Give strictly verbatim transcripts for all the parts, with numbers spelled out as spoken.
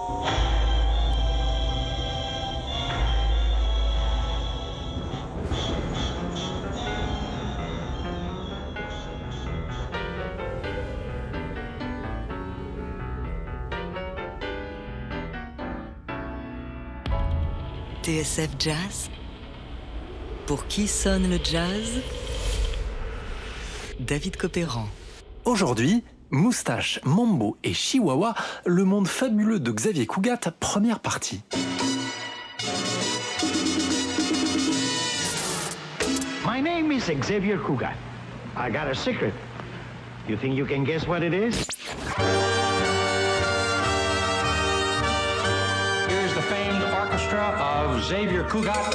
T S F Jazz. Pour qui sonne le jazz? David Copéran. Aujourd'hui, Moustache, Mambo et Chihuahua, le monde fabuleux de Xavier Cugat, première partie. My name is Xavier Cugat. I got a secret. You think you can guess what it is? Here's the famed orchestra of Xavier Cugat.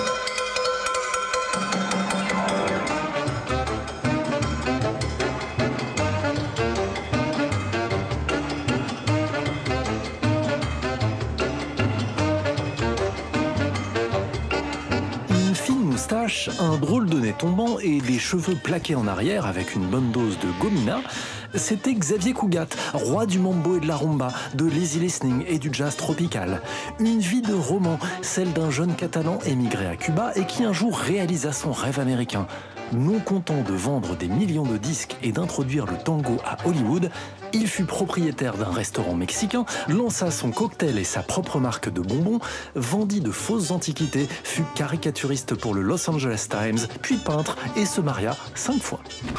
Un drôle de nez tombant et des cheveux plaqués en arrière avec une bonne dose de gomina, c'était Xavier Cugat, roi du mambo et de la rumba, de l'easy listening et du jazz tropical. Une vie de roman, celle d'un jeune catalan émigré à Cuba et qui un jour réalisa son rêve américain. Non content de vendre des millions de disques et d'introduire le tango à Hollywood, il fut propriétaire d'un restaurant mexicain, lança son cocktail et sa propre marque de bonbons, vendit de fausses antiquités, fut caricaturiste pour le Los Angeles Times, puis peintre et se maria cinq fois.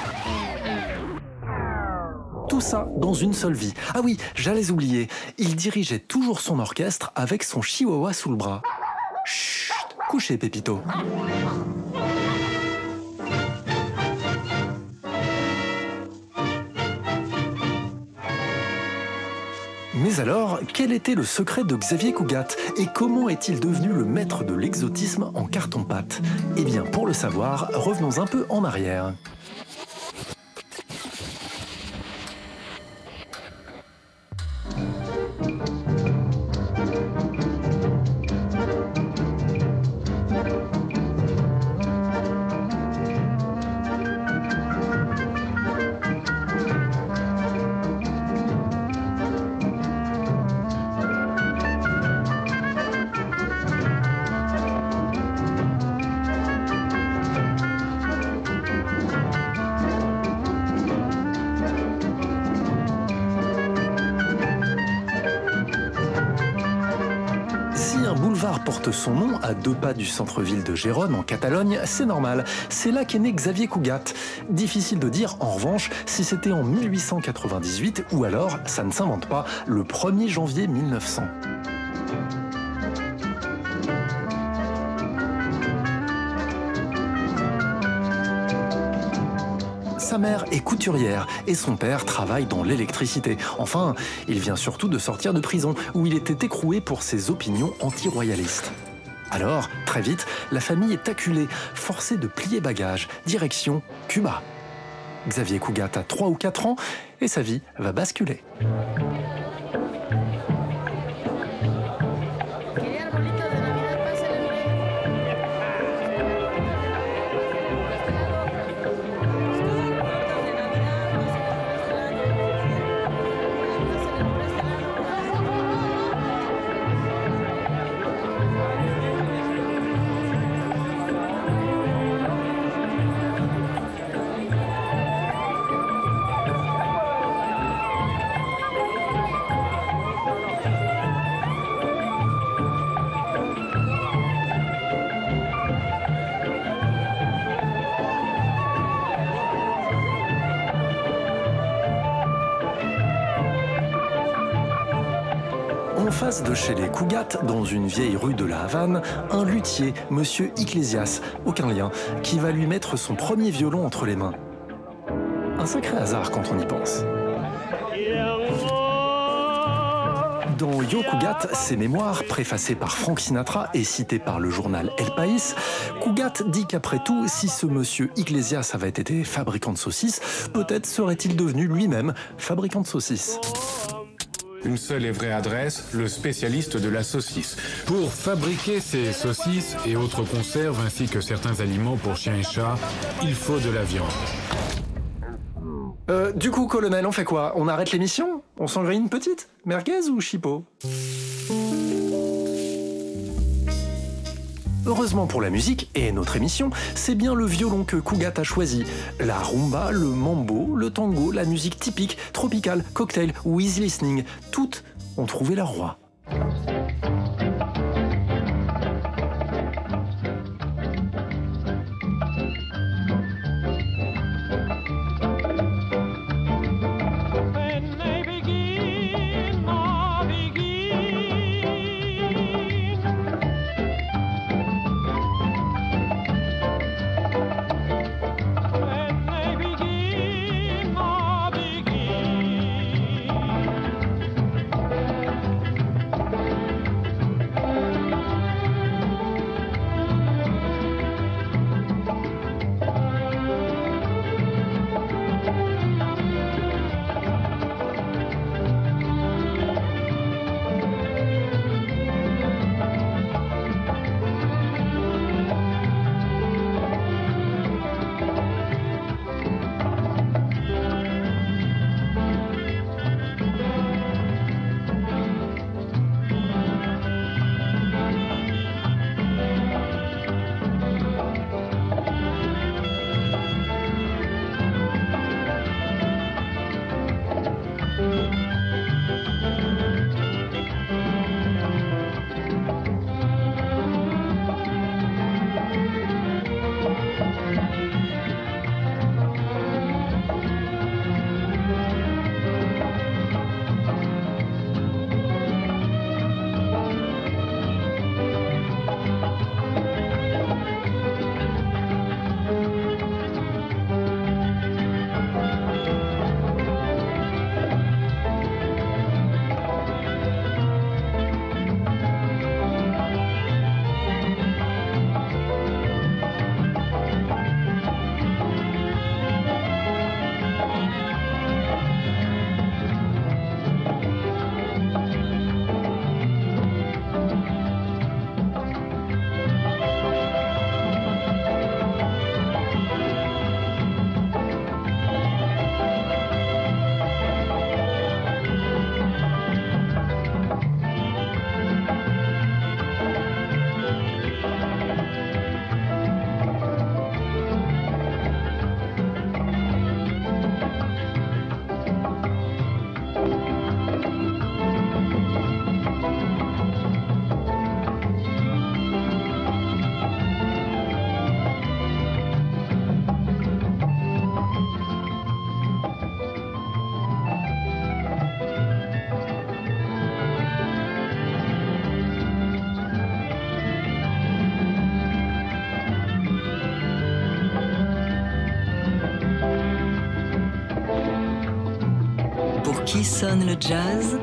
Tout ça dans une seule vie. Ah oui, j'allais oublier, il dirigeait toujours son orchestre avec son chihuahua sous le bras. Chut, couchez Pépito. Mais alors, quel était le secret de Xavier Cugat et comment est-il devenu le maître de l'exotisme en carton-pâte? Eh bien, pour le savoir, revenons un peu en arrière. Porte son nom à deux pas du centre-ville de Gérone, en Catalogne, c'est normal. C'est là qu'est né Xavier Cugat. Difficile de dire, en revanche, si c'était en mille huit cent quatre-vingt-dix-huit ou alors, ça ne s'invente pas, le premier janvier mille neuf cents. Sa mère est couturière et son père travaille dans l'électricité. Enfin, il vient surtout de sortir de prison où il était écroué pour ses opinions anti-royalistes. Alors, très vite, la famille est acculée, forcée de plier bagages, direction Cuba. Xavier Cugat a trois ou quatre ans et sa vie va basculer. En face de chez les Cugat, dans une vieille rue de la Havane, un luthier, Monsieur Iglesias, aucun lien, qui va lui mettre son premier violon entre les mains. Un sacré hasard quand on y pense. Dans Yo Cugat, ses mémoires, préfacées par Frank Sinatra et citées par le journal El País, Cugat dit qu'après tout, si ce monsieur Iglesias avait été fabricant de saucisses, peut-être serait-il devenu lui-même fabricant de saucisses. Une seule et vraie adresse, le spécialiste de la saucisse. Pour fabriquer ces saucisses et autres conserves ainsi que certains aliments pour chiens et chats, il faut de la viande. Euh, du coup, colonel, on fait quoi? On arrête l'émission? On s'en grille une petite? Merguez ou chipot? Heureusement pour la musique et notre émission, c'est bien le violon que Cugat a choisi. La rumba, le mambo, le tango, la musique typique, tropicale, cocktail ou easy listening, toutes ont trouvé leur roi. Qui sonne le jazz?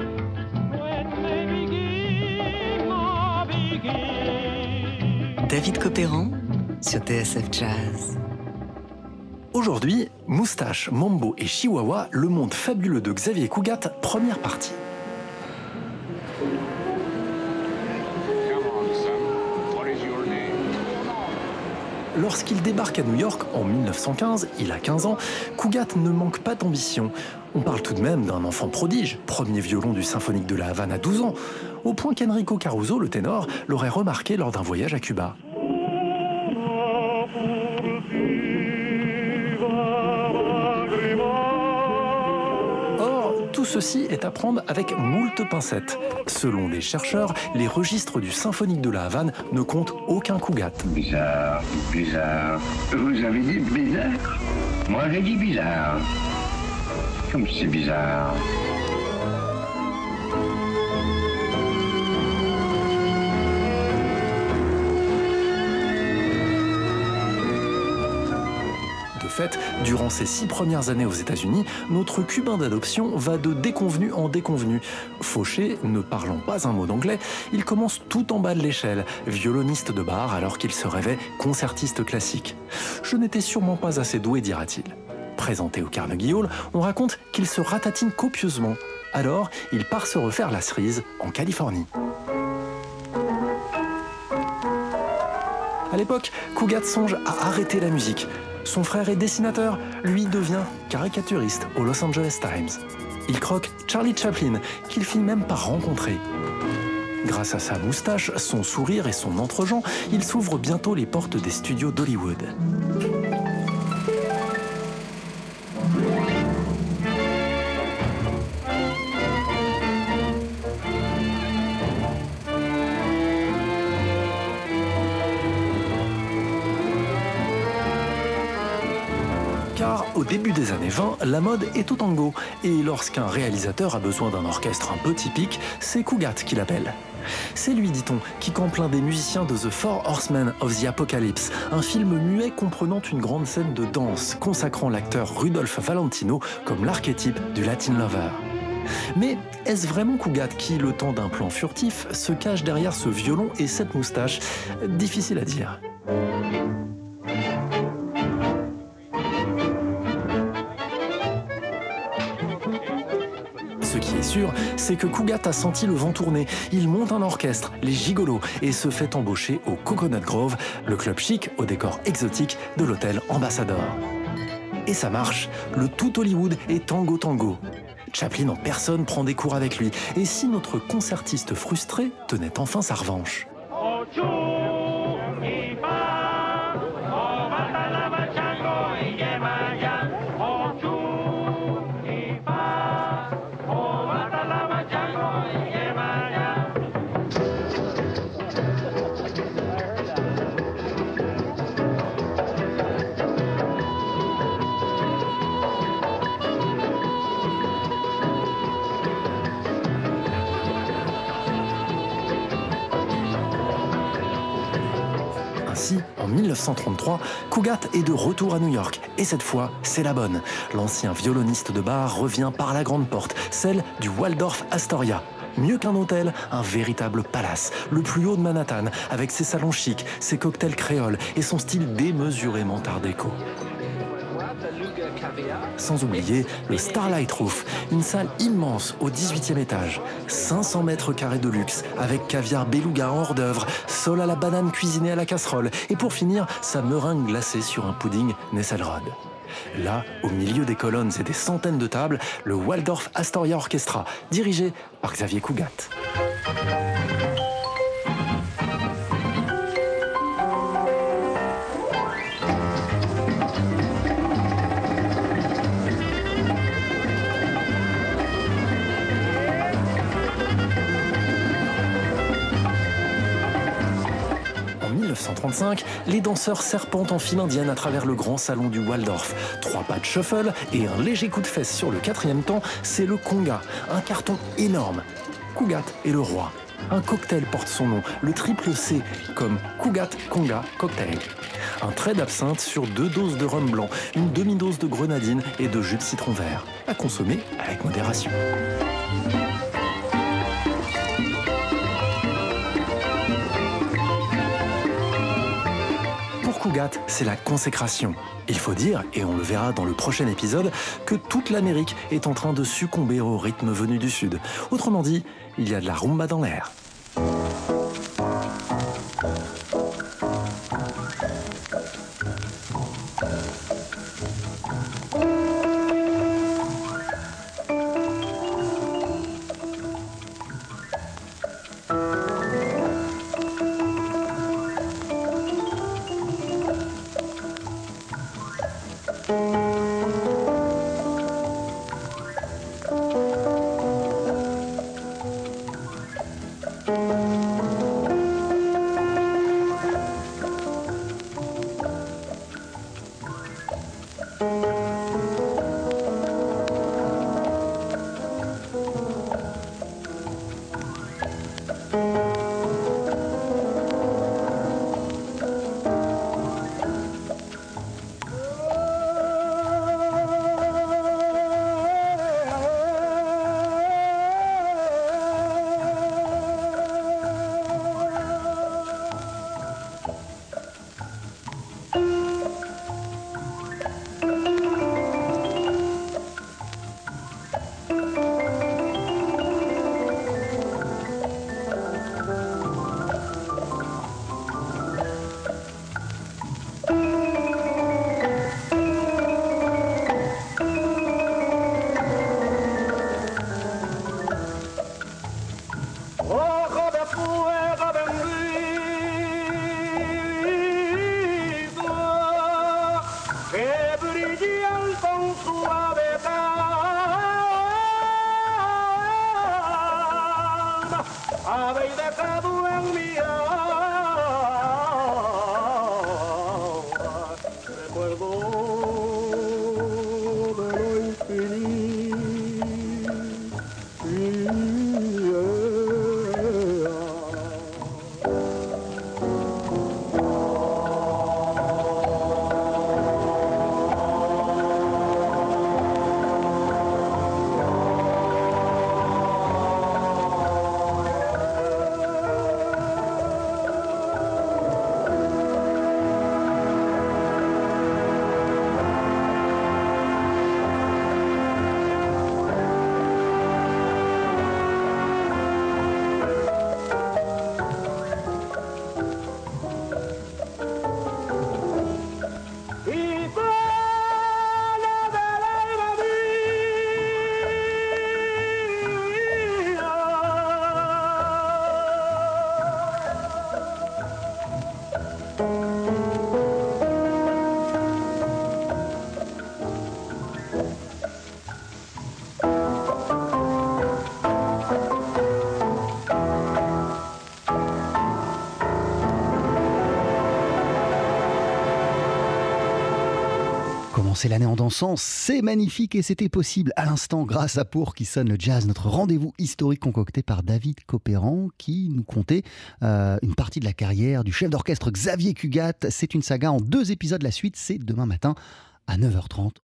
David Copéran sur T S F Jazz. Aujourd'hui, Moustache, Mambo et Chihuahua, le monde fabuleux de Xavier Cugat, première partie. Lorsqu'il débarque à New York en mille neuf cent quinze, il a quinze ans, Cugat ne manque pas d'ambition. On parle tout de même d'un enfant prodige, premier violon du Symphonique de la Havane à douze ans, au point qu'Enrico Caruso, le ténor, l'aurait remarqué lors d'un voyage à Cuba. Or, tout ceci est à prendre avec moult pincettes. Selon les chercheurs, les registres du Symphonique de la Havane ne comptent aucun Cugat. Bizarre, bizarre. Vous avez dit bizarre? Moi j'ai dit bizarre. Comme c'est bizarre. De fait, durant ses six premières années aux États-Unis, notre Cubain d'adoption va de déconvenu en déconvenu. Fauché, ne parlant pas un mot d'anglais, il commence tout en bas de l'échelle, violoniste de bar alors qu'il se rêvait concertiste classique. Je n'étais sûrement pas assez doué, dira-t-il. Présenté au Carnegie Hall, on raconte qu'il se ratatine copieusement. Alors, il part se refaire la cerise en Californie. À l'époque, Cugat songe à arrêter la musique. Son frère est dessinateur, lui devient caricaturiste au Los Angeles Times. Il croque Charlie Chaplin, qu'il finit même par rencontrer. Grâce à sa moustache, son sourire et son entre-gens, il s'ouvre bientôt les portes des studios d'Hollywood. Car au début des années vingt, la mode est au tango. Et lorsqu'un réalisateur a besoin d'un orchestre un peu typique, c'est Cugat qui l'appelle. C'est lui, dit-on, qui campe l'un des musiciens de The Four Horsemen of the Apocalypse, un film muet comprenant une grande scène de danse, consacrant l'acteur Rudolph Valentino comme l'archétype du Latin lover. Mais est-ce vraiment Cugat qui, le temps d'un plan furtif, se cache derrière ce violon et cette moustache? Difficile à dire. Ce qui est sûr, c'est que Cugat a senti le vent tourner. Il monte un orchestre, les Gigolos, et se fait embaucher au Coconut Grove, le club chic au décor exotique de l'hôtel Ambassador. Et ça marche, le tout Hollywood est tango tango. Chaplin en personne prend des cours avec lui. Et si notre concertiste frustré tenait enfin sa revanche? Ainsi, en mille neuf cent trente-trois, Cugat est de retour à New York. Et cette fois, c'est la bonne. L'ancien violoniste de bar revient par la grande porte, celle du Waldorf Astoria. Mieux qu'un hôtel, un véritable palace, le plus haut de Manhattan, avec ses salons chics, ses cocktails créoles et son style démesurément art déco. Sans oublier le Starlight Roof, une salle immense au dix-huitième étage. cinq cents mètres carrés de luxe, avec caviar beluga en hors d'œuvre, sol à la banane cuisiné à la casserole, et pour finir, sa meringue glacée sur un pudding Nesselrode. Là, au milieu des colonnes et des centaines de tables, le Waldorf Astoria Orchestra, dirigé par Xavier Cugat. En mille neuf cent trente-cinq, les danseurs serpentent en file indienne à travers le grand salon du Waldorf. Trois pas de shuffle et un léger coup de fesse sur le quatrième temps, c'est le conga, un carton énorme. Cugat est le roi. Un cocktail porte son nom, le triple C, comme Cugat Conga Cocktail. Un trait d'absinthe sur deux doses de rhum blanc, une demi-dose de grenadine et de jus de citron vert. À consommer avec modération. Cugat, c'est la consécration. Il faut dire, et on le verra dans le prochain épisode, que toute l'Amérique est en train de succomber au rythme venu du Sud. Autrement dit, il y a de la rumba dans l'air. habéis dejado en mi alma recuerdo de lo Commencer l'année en dansant, c'est magnifique et c'était possible à l'instant grâce à Pour qui sonne le jazz, notre rendez-vous historique concocté par David Copéran qui nous contait euh, une partie de la carrière du chef d'orchestre Xavier Cugat. C'est une saga en deux épisodes, la suite c'est demain matin à neuf heures trente.